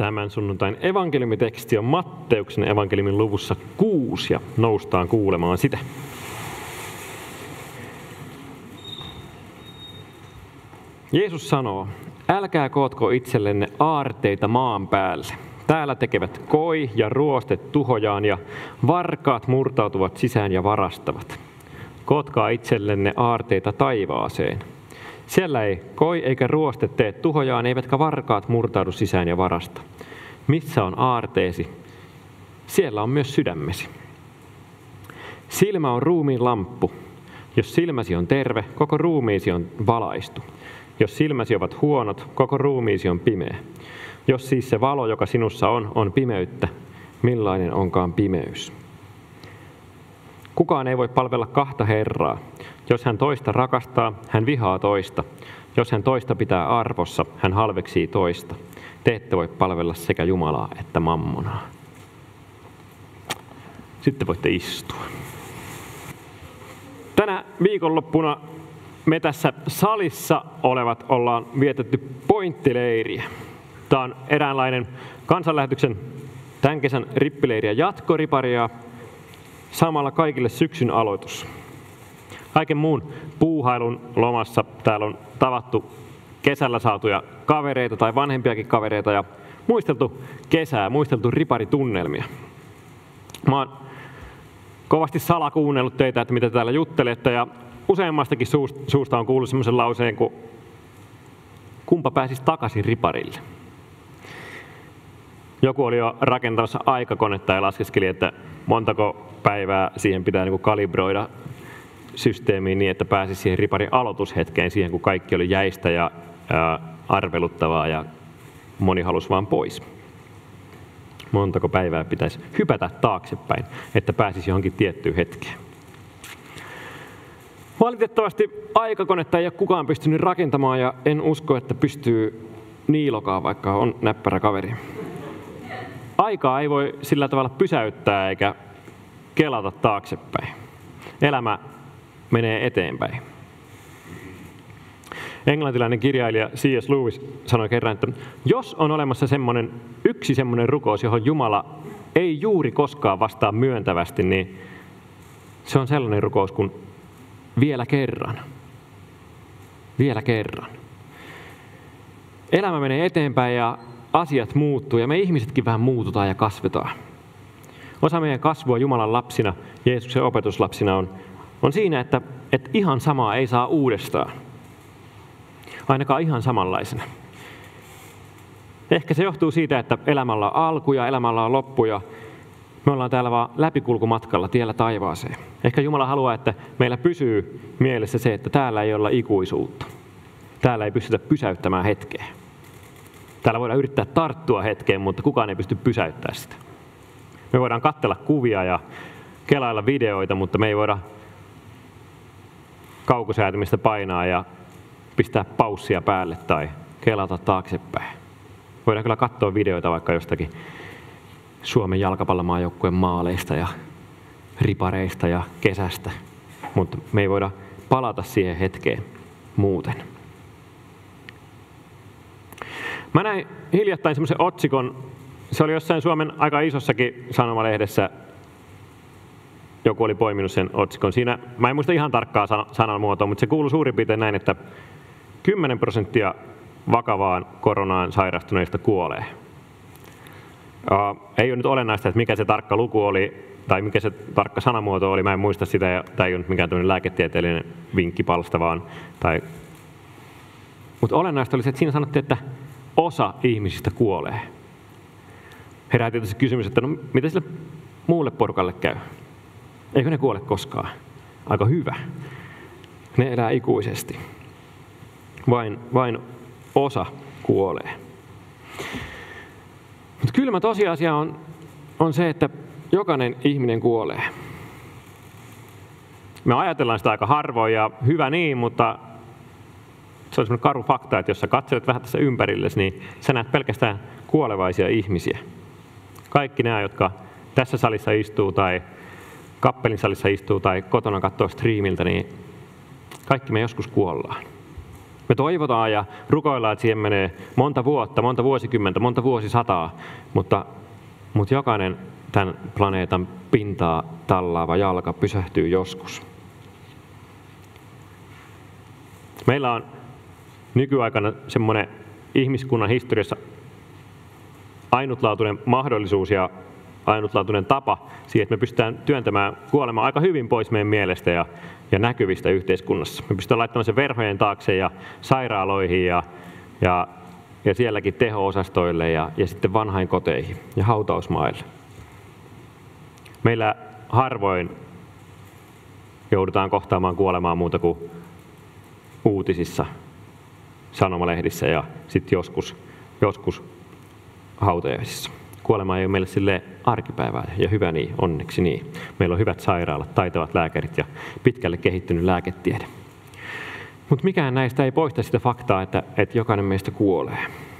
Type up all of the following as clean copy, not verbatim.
Tämän sunnuntain evankeliumiteksti on Matteuksen evankeliumin luvussa 6 ja noustaan kuulemaan sitä. Jeesus sanoo, älkää kootko itsellenne aarteita maan päälle. Täällä tekevät koi ja ruostet tuhojaan ja varkaat murtautuvat sisään ja varastavat. Kootkaa itsellenne aarteita taivaaseen. Siellä ei koi eikä ruoste tee tuhojaan, eivätkä varkaat murtaudu sisään ja varasta. Missä on aarteesi? Siellä on myös sydämesi. Silmä on ruumiin lamppu. Jos silmäsi on terve, koko ruumiisi on valaistu. Jos silmäsi ovat huonot, koko ruumiisi on pimeä. Jos siis se valo, joka sinussa on pimeyttä, millainen onkaan pimeys? Kukaan ei voi palvella kahta herraa. Jos hän toista rakastaa, hän vihaa toista. Jos hän toista pitää arvossa, hän halveksii toista. Te ette voi palvella sekä Jumalaa että mammonaa. Sitten voitte istua. Tänä viikonloppuna me tässä salissa olevat ollaan vietetty pointtileiriä. Tämä on eräänlainen kansanlähetyksen tämän kesän rippileiriä jatkoriparia, samalla kaikille syksyn aloitus. Kaiken muun puuhailun lomassa täällä on tavattu kesällä saatuja kavereita tai vanhempiakin kavereita ja muisteltu kesää, muisteltu riparitunnelmia. Mä oon kovasti salakuunnellut teitä, että mitä täällä juttelette, ja useammastakin suusta on kuullut semmoisen lauseen kuin kumpa pääsisi takaisin riparille. Joku oli jo rakentamassa aikakonetta ja laskeskeli, että montako päivää siihen pitää kalibroida systeemiin niin, että pääsisi siihen riparin aloitushetkeen, siihen kun kaikki oli jäistä ja arveluttavaa ja moni halusi vaan pois. Montako päivää pitäisi hypätä taaksepäin, että pääsisi johonkin tiettyyn hetkeen. Valitettavasti aikakonetta ei ole kukaan pystynyt rakentamaan ja en usko, että pystyy Niilokaan, vaikka on näppärä kaveri. Aikaa ei voi sillä tavalla pysäyttää eikä kelata taaksepäin. Elämä menee eteenpäin. Englantilainen kirjailija C.S. Lewis sanoi kerran, että jos on olemassa yksi semmoinen rukous, johon Jumala ei juuri koskaan vastaa myöntävästi, niin se on sellainen rukous kuin vielä kerran. Vielä kerran. Elämä menee eteenpäin ja asiat muuttuu ja me ihmisetkin vähän muututaan ja kasvetaan. Osa meidän kasvua Jumalan lapsina, Jeesuksen opetuslapsina on siinä, että ihan samaa ei saa uudestaan. Ainakaan ihan samanlaisena. Ehkä se johtuu siitä, että elämällä on alku ja elämällä on loppu ja me ollaan täällä vaan läpikulkumatkalla tiellä taivaaseen. Ehkä Jumala haluaa, että meillä pysyy mielessä se, että täällä ei olla ikuisuutta. Täällä ei pystytä pysäyttämään hetkeä. Täällä voidaan yrittää tarttua hetkeen, mutta kukaan ei pysty pysäyttämään sitä. Me voidaan katsella kuvia ja kelailla videoita, mutta me ei voida kaukosäätymistä painaa ja pistää paussia päälle tai kelata taaksepäin. Voidaan kyllä katsoa videoita vaikka jostakin Suomen jalkapallomaajoukkueen maaleista ja ripareista ja kesästä, mutta me ei voida palata siihen hetkeen muuten. Mä näin hiljattain semmoisen otsikon, se oli jossain Suomen aika isossakin sanomalehdessä, joku oli poiminut sen otsikon. Siinä, mä en muista ihan tarkkaa sanamuotoa, mutta se kuului suurin piirtein näin, että 10% vakavaan koronaan sairastuneista kuolee. Ei ole nyt olennaista, että mikä se tarkka luku oli tai mikä se tarkka sanamuoto oli. Mä en muista sitä, ja tämä ei ole nyt mikään tämmöinen lääketieteellinen vinkkipalsta vaan. Mutta olennaista oli se, että siinä sanottiin, että osa ihmisistä kuolee. Herää tietysti kysymys, että no mitä sille muulle porukalle käy? Eikö ne kuole koskaan? Aika hyvä. Ne elää ikuisesti. Vain osa kuolee. Mutta kylmä tosiasia on se, että jokainen ihminen kuolee. Me ajatellaan sitä aika harvoin ja hyvä niin, mutta se on semmoinen karu fakta, että jos sä katselet vähän tässä ympärillesi, niin sä näet pelkästään kuolevaisia ihmisiä. Kaikki nämä, jotka tässä salissa istuu tai kappelin salissa istuu tai kotona katsoo striimiltä, niin kaikki me joskus kuollaan. Me toivotaan ja rukoillaan, että siihen menee monta vuotta, monta vuosikymmentä, monta vuosisataa, mutta jokainen tämän planeetan pintaa tallaava jalka pysähtyy joskus. Meillä on nykyaikana semmoinen ihmiskunnan historiassa ainutlaatuinen mahdollisuus ja ainutlaatuinen tapa siihen, että me pystytään työntämään kuolema aika hyvin pois meidän mielestä ja näkyvistä yhteiskunnassa. Me pystytään laittamaan sen verhojen taakse ja sairaaloihin ja sielläkin teho-osastoille ja sitten vanhainkoteihin ja hautausmaille. Meillä harvoin joudutaan kohtaamaan kuolemaa muuta kuin uutisissa, sanomalehdissä ja sitten joskus hautajaisissa. Kuolema ei ole meille silleen arkipäivää ja hyvä niin, onneksi niin. Meillä on hyvät sairaalat, taitavat lääkärit ja pitkälle kehittynyt lääketiede. Mutta mikään näistä ei poista sitä faktaa, että jokainen meistä kuolee.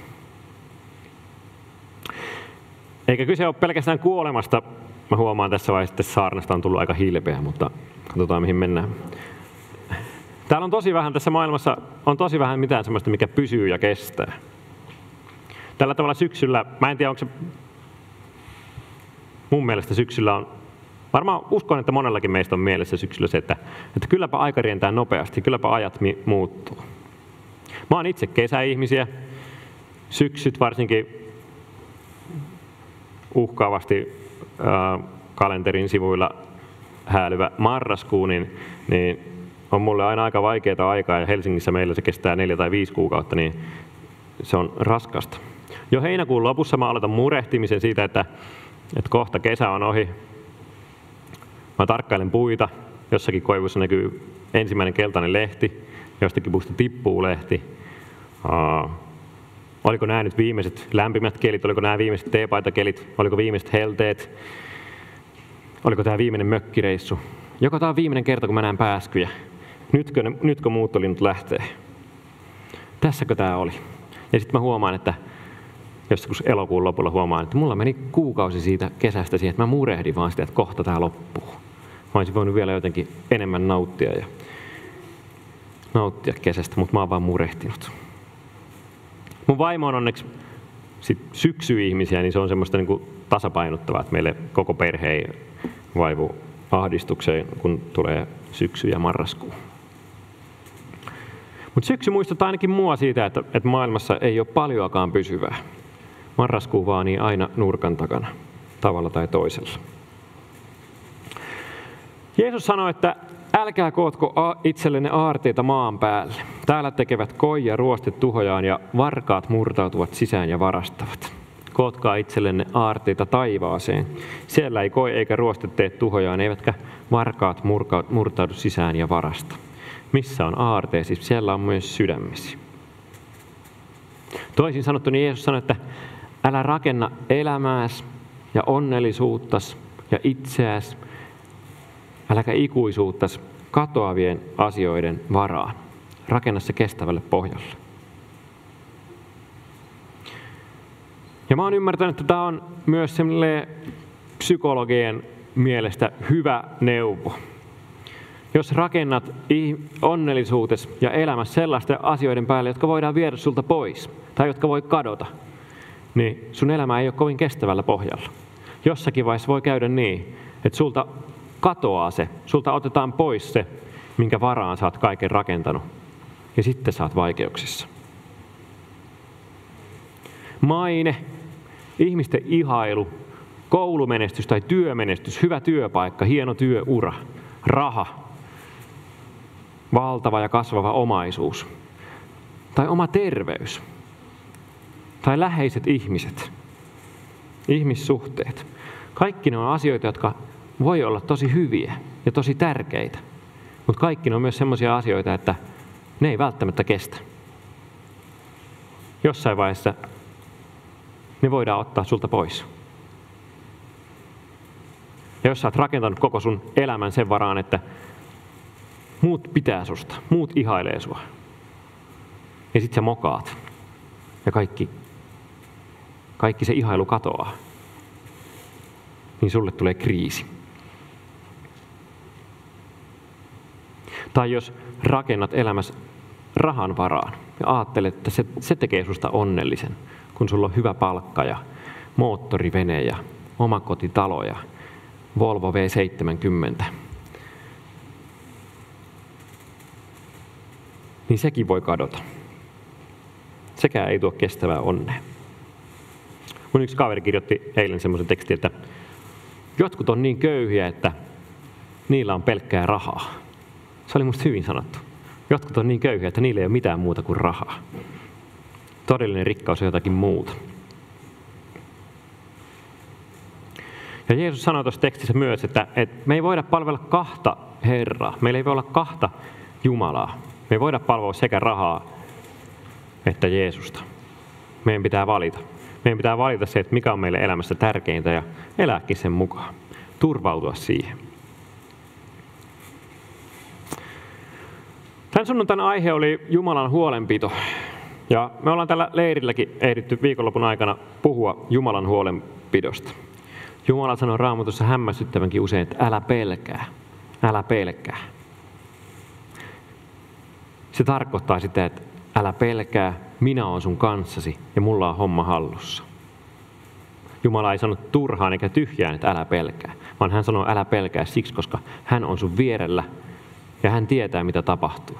Eikä kyse ole pelkästään kuolemasta. Mä huomaan tässä vaiheessa, että saarnasta on tullut aika hilpeä, mutta katsotaan mihin mennään. Täällä on tosi vähän, tässä maailmassa on tosi vähän mitään sellaista, mikä pysyy ja kestää. Tällä tavalla syksyllä, mä en tiedä onko se, mun mielestä syksyllä on, varmaan uskon, että monellakin meistä on mielessä syksyllä se, että kylläpä aika rientää nopeasti, kylläpä ajat muuttuu. Mä oon itse kesäihmisiä, syksyt varsinkin uhkaavasti kalenterin sivuilla häälyvä marraskuu, niin on mulle aina aika vaikeaa aikaa, ja Helsingissä meillä se kestää 4 tai 5 kuukautta, niin se on raskasta. Jo heinäkuun lopussa mä aloitan murehtimisen siitä, että kohta kesä on ohi. Mä tarkkailen puita, jossakin koivussa näkyy ensimmäinen keltainen lehti, jostakin puusta tippuu lehti. Oliko nämä nyt viimeiset lämpimät kelit, oliko nämä viimeiset teepaitakelit, oliko viimeiset helteet, oliko tämä viimeinen mökkireissu. Joko tämä on viimeinen kerta, kun mä näen pääskyjä. Nytkö muuttolinnut lähtee? Tässäkö tämä oli? Ja sitten mä huomaan, että joskus elokuun lopulla huomaan, että mulla meni kuukausi siitä kesästä siihen, että mä murehdin vaan sitä, että kohta tämä loppuu. Mä olisin voinut vielä jotenkin enemmän nauttia kesästä, mutta mä oon vaan murehtinut. Mun vaimo on onneksi syksyihmisiä, niin se on semmoista niin kuin tasapainottavaa, että meille koko perhe ei vaivu ahdistukseen, kun tulee syksy ja marraskuu. Mutta syksy muistuttaa ainakin mua siitä, että maailmassa ei ole paljoakaan pysyvää. Marraskuu vaanii aina nurkan takana, tavalla tai toisella. Jeesus sanoi, että älkää kootko itsellenne aarteita maan päälle. Täällä tekevät koi ja ruostet tuhojaan ja varkaat murtautuvat sisään ja varastavat. Kootkaa itsellenne aarteita taivaaseen. Siellä ei koi eikä ruoste tee tuhojaan, eivätkä varkaat murtaudu sisään ja varasta. Missä on aarteesi, siellä on myös sydämesi. Toisin sanottuna Jeesus sanoi, että älä rakenna elämääsi ja onnellisuuttas ja itseäsi, äläkä ikuisuuttas katoavien asioiden varaan. Rakenna se kestävälle pohjalle. Ja mä oon ymmärtänyt, että tämä on myös sellainen psykologien mielestä hyvä neuvo. Jos rakennat onnellisuutesi ja elämässä sellaisten asioiden päälle, jotka voidaan viedä sulta pois tai jotka voi kadota, niin sun elämä ei ole kovin kestävällä pohjalla. Jossakin vaiheessa voi käydä niin, että sulta katoaa se, sulta otetaan pois se, minkä varaan sä oot kaiken rakentanut, ja sitten sä oot vaikeuksissa. Maine, ihmisten ihailu, koulumenestys tai työmenestys, hyvä työpaikka, hieno työura, raha, valtava ja kasvava omaisuus, tai oma terveys, tai läheiset ihmiset, ihmissuhteet. Kaikki ne on asioita, jotka voi olla tosi hyviä ja tosi tärkeitä, mutta kaikki ne on myös sellaisia asioita, että ne ei välttämättä kestä. Jossain vaiheessa ne voidaan ottaa sulta pois. Ja jos sä oot rakentanut koko sun elämän sen varaan, että muut pitää susta, muut ihailee sua, ja sit sä mokaat, ja kaikki se ihailu katoaa, niin sulle tulee kriisi. Tai jos rakennat elämässä rahan varaan ja ajattelet, että se tekee susta onnellisen, kun sulla on hyvä palkka ja moottorivene ja omakotitalo ja Volvo V70, niin sekin voi kadota. Sekään ei tuo kestävää onnea. Mun yksi kaveri kirjoitti eilen semmoisen tekstin, että jotkut on niin köyhiä, että niillä on pelkkää rahaa. Se oli musta hyvin sanottu. Jotkut on niin köyhiä, että niillä ei ole mitään muuta kuin rahaa. Todellinen rikkaus on jotakin muuta. Ja Jeesus sanoi tuossa tekstissä myös, että me ei voida palvella kahta Herraa. Meillä ei voi olla kahta Jumalaa. Me ei voida palvella sekä rahaa että Jeesusta. Meidän pitää valita. Meidän pitää valita se, että mikä on meille elämässä tärkeintä ja elääkin sen mukaan. Turvautua siihen. Tämän sunnuntain aihe oli Jumalan huolenpito. Ja me ollaan tällä leirilläkin ehditty viikonlopun aikana puhua Jumalan huolenpidosta. Jumala sanoo Raamatussa hämmästyttävänkin usein, että älä pelkää, älä pelkää. Se tarkoittaa sitä, että älä pelkää, minä olen sun kanssasi ja mulla on homma hallussa. Jumala ei sano turhaan eikä tyhjään, että älä pelkää, vaan hän sanoo älä pelkää siksi, koska hän on sun vierellä ja hän tietää, mitä tapahtuu.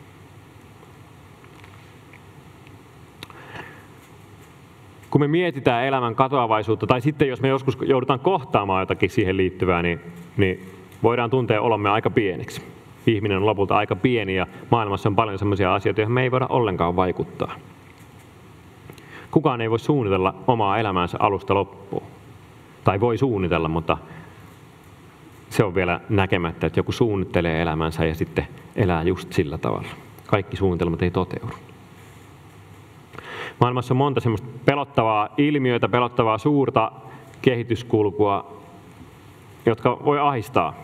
Kun me mietitään elämän katoavaisuutta, tai sitten jos me joskus joudutaan kohtaamaan jotakin siihen liittyvää, niin voidaan tuntea olomme aika pieneksi. Ihminen on lopulta aika pieni ja maailmassa on paljon sellaisia asioita, joihin me ei voida ollenkaan vaikuttaa. Kukaan ei voi suunnitella omaa elämäänsä alusta loppuun. Tai voi suunnitella, mutta se on vielä näkemättä, että joku suunnittelee elämänsä ja sitten elää just sillä tavalla. Kaikki suunnitelmat ei toteudu. Maailmassa on monta semmoista pelottavaa ilmiötä, pelottavaa suurta kehityskulkua, jotka voi ahistaa.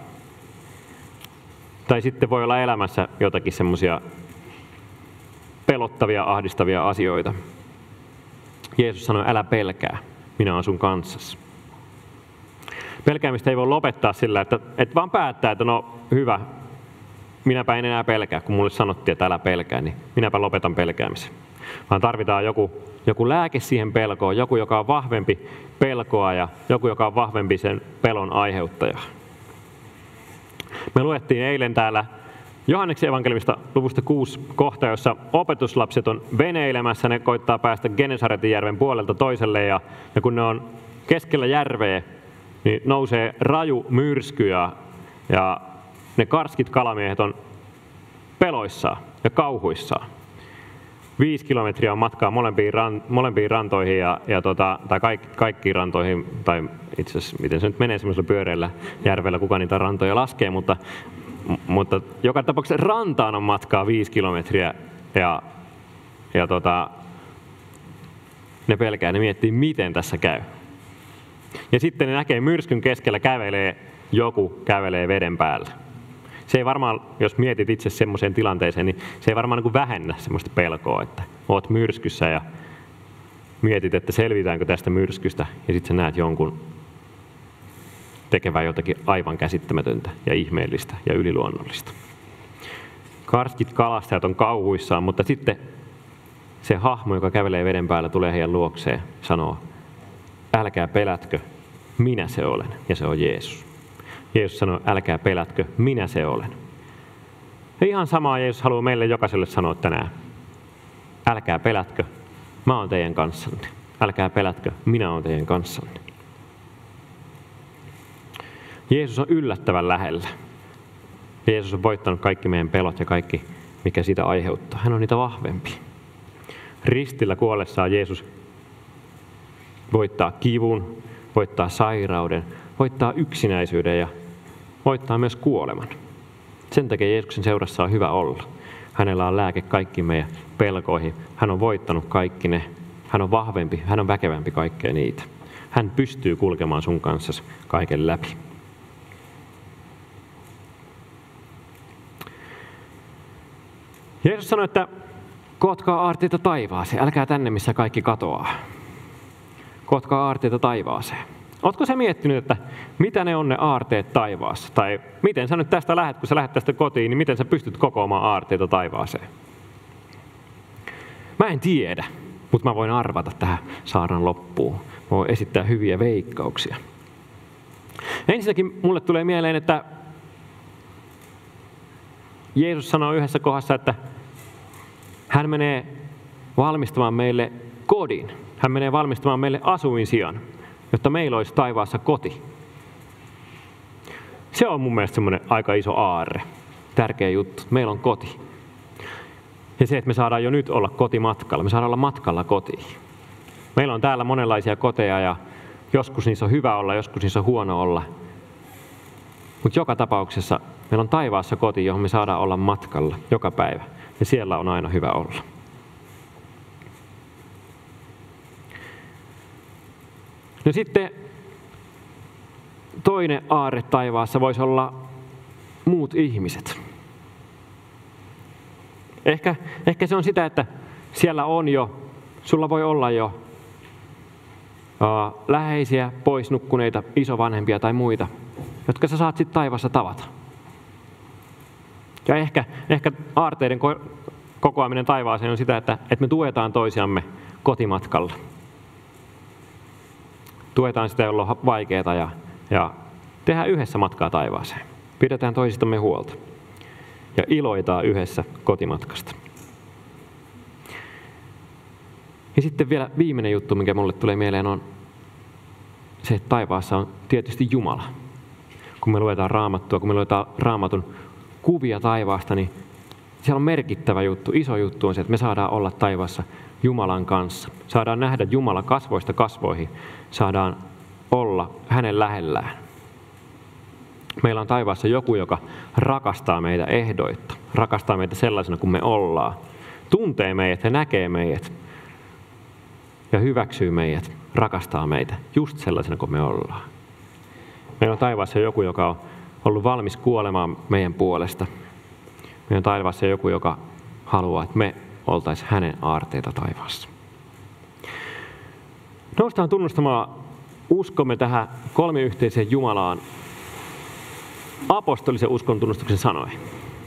Tai sitten voi olla elämässä jotakin semmoisia pelottavia, ahdistavia asioita. Jeesus sanoi, älä pelkää, minä olen sun kanssasi. Pelkäämistä ei voi lopettaa sillä, että vaan päättää, että no hyvä, minäpä en enää pelkää, kun mulle sanottiin, että älä pelkää, niin minäpä lopetan pelkäämisen. Vaan tarvitaan joku lääke siihen pelkoon, joku, joka on vahvempi pelkoa ja joku, joka on vahvempi sen pelon aiheuttaja. Me luettiin eilen täällä Johanneksen evankeliumista luvusta 6 kohta, jossa opetuslapset on veneilemässä, ne koittaa päästä Genesaretin järven puolelta toiselle ja kun ne on keskellä järveä, niin nousee raju myrsky ja ne karskit kalamiehet on peloissaan ja kauhuissaan. 5 kilometriä on matkaa molempiin rantoihin tai kaikkiin rantoihin, tai itse asiassa miten se nyt menee semmoisella pyöreällä järvellä, kuka niitä rantoja laskee, mutta joka tapauksessa rantaan on matkaa 5 kilometriä ja ne pelkää, ne miettii miten tässä käy. Ja sitten ne näkee myrskyn keskellä joku kävelee veden päällä. Se ei varmaan, jos mietit itse semmoiseen tilanteeseen, niin se ei varmaan niin vähennä semmoista pelkoa, että oot myrskyssä ja mietit, että selvitäänkö tästä myrskystä, ja sitten sä näet jonkun tekevän jotakin aivan käsittämätöntä ja ihmeellistä ja yliluonnollista. Karskit kalastajat on kauhuissaan, mutta sitten se hahmo, joka kävelee veden päällä, tulee heidän luokseen, sanoo, älkää pelätkö, minä se olen, ja se on Jeesus. Jeesus sanoi, älkää pelätkö, minä se olen. Ja ihan samaa Jeesus haluaa meille jokaiselle sanoa tänään. Älkää pelätkö, mä oon teidän kanssanne. Älkää pelätkö, minä oon teidän kanssanne. Jeesus on yllättävän lähellä. Jeesus on voittanut kaikki meidän pelot ja kaikki, mikä siitä aiheuttaa. Hän on niitä vahvempi. Ristillä kuollessaan Jeesus voittaa kivun, voittaa sairauden, voittaa yksinäisyyden ja voittaa myös kuoleman. Sen takia Jeesuksen seurassa on hyvä olla. Hänellä on lääke kaikkiin meidän pelkoihin. Hän on voittanut kaikki ne. Hän on vahvempi, hän on väkevämpi kaikkea niitä. Hän pystyy kulkemaan sun kanssa kaiken läpi. Jeesus sanoi, että kootkaa aarteita taivaaseen, älkää tänne, missä kaikki katoaa. Kootkaa aarteita taivaaseen. Ootko sä miettinyt, että mitä ne on ne aarteet taivaassa? Tai miten sä nyt tästä lähdet, kun sä lähdet tästä kotiin, niin miten sä pystyt kokoamaan aarteita taivaaseen? Mä en tiedä, mutta mä voin arvata tähän saarnan loppuun. Mä voin esittää hyviä veikkauksia. Ensinnäkin mulle tulee mieleen, että Jeesus sanoo yhdessä kohdassa, että hän menee valmistamaan meille kodin. Hän menee valmistamaan meille asuinsijan, jotta meillä olisi taivaassa koti. Se on mun mielestä semmoinen aika iso aarre. Tärkeä juttu. Meillä on koti. Ja se, että me saadaan jo nyt olla kotimatkalla. Me saadaan olla matkalla kotiin. Meillä on täällä monenlaisia koteja ja joskus niissä on hyvä olla, joskus niissä on huono olla. Mutta joka tapauksessa meillä on taivaassa koti, johon me saadaan olla matkalla joka päivä. Ja siellä on aina hyvä olla. No sitten toinen aarre taivaassa voisi olla muut ihmiset. Ehkä se on sitä, että siellä on jo, sulla voi olla jo läheisiä, poisnukkuneita, isovanhempia tai muita, jotka sä saat sitten taivaassa tavata. Ja ehkä aarteiden kokoaminen taivaaseen on sitä, että me tuetaan toisiamme kotimatkalla. Tuetaan sitä, jolla on vaikeaa ja tehdään yhdessä matkaa taivaaseen. Pidetään toisistamme huolta ja iloitaan yhdessä kotimatkasta. Ja sitten vielä viimeinen juttu, mikä mulle tulee mieleen, on se, että taivaassa on tietysti Jumala. Kun me luetaan Raamattua, kun me luetaan Raamatun kuvia taivaasta, niin siellä on merkittävä juttu, iso juttu on se, että me saadaan olla taivaassa Jumalan kanssa. Saadaan nähdä Jumala kasvoista kasvoihin, saadaan olla hänen lähellään. Meillä on taivaassa joku, joka rakastaa meitä ehdoitta, rakastaa meitä sellaisena kuin me ollaan, tuntee meidät ja näkee meidät ja hyväksyy meidät, rakastaa meitä just sellaisena kuin me ollaan. Meillä on taivaassa joku, joka on ollut valmis kuolemaan meidän puolesta. Meillä on taivaassa joku, joka haluaa, että me oltaisiin hänen aarteita taivaassa. Noustaan tunnustamaan uskomme tähän kolmiyhteiseen Jumalaan apostolisen uskon tunnustuksen sanoin.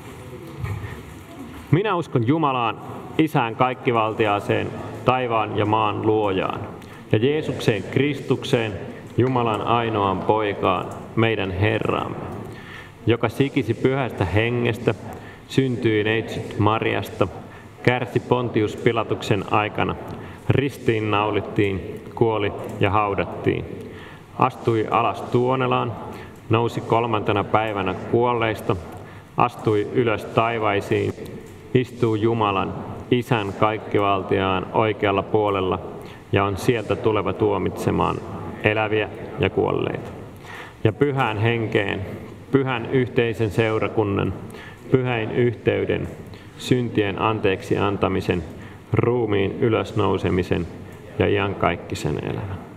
Minä uskon Jumalaan, Isään kaikkivaltiaaseen, taivaan ja maan luojaan, ja Jeesukseen Kristukseen, Jumalan ainoaan poikaan, meidän Herramme, joka sikisi pyhästä hengestä, syntyi neitsyt Mariasta, kärsi Pontius Pilatuksen aikana, ristiin naulittiin, kuoli ja haudattiin, astui alas Tuonelaan, nousi 3. päivänä kuolleista, astui ylös taivaisiin, istuu Jumalan, Isän kaikkivaltiaan oikealla puolella ja on sieltä tuleva tuomitsemaan eläviä ja kuolleita. Ja pyhään henkeen, pyhän yhteisen seurakunnan, pyhäin yhteyden, syntien anteeksi antamisen, ruumiin ylösnousemisen ja iankaikkisen elämän.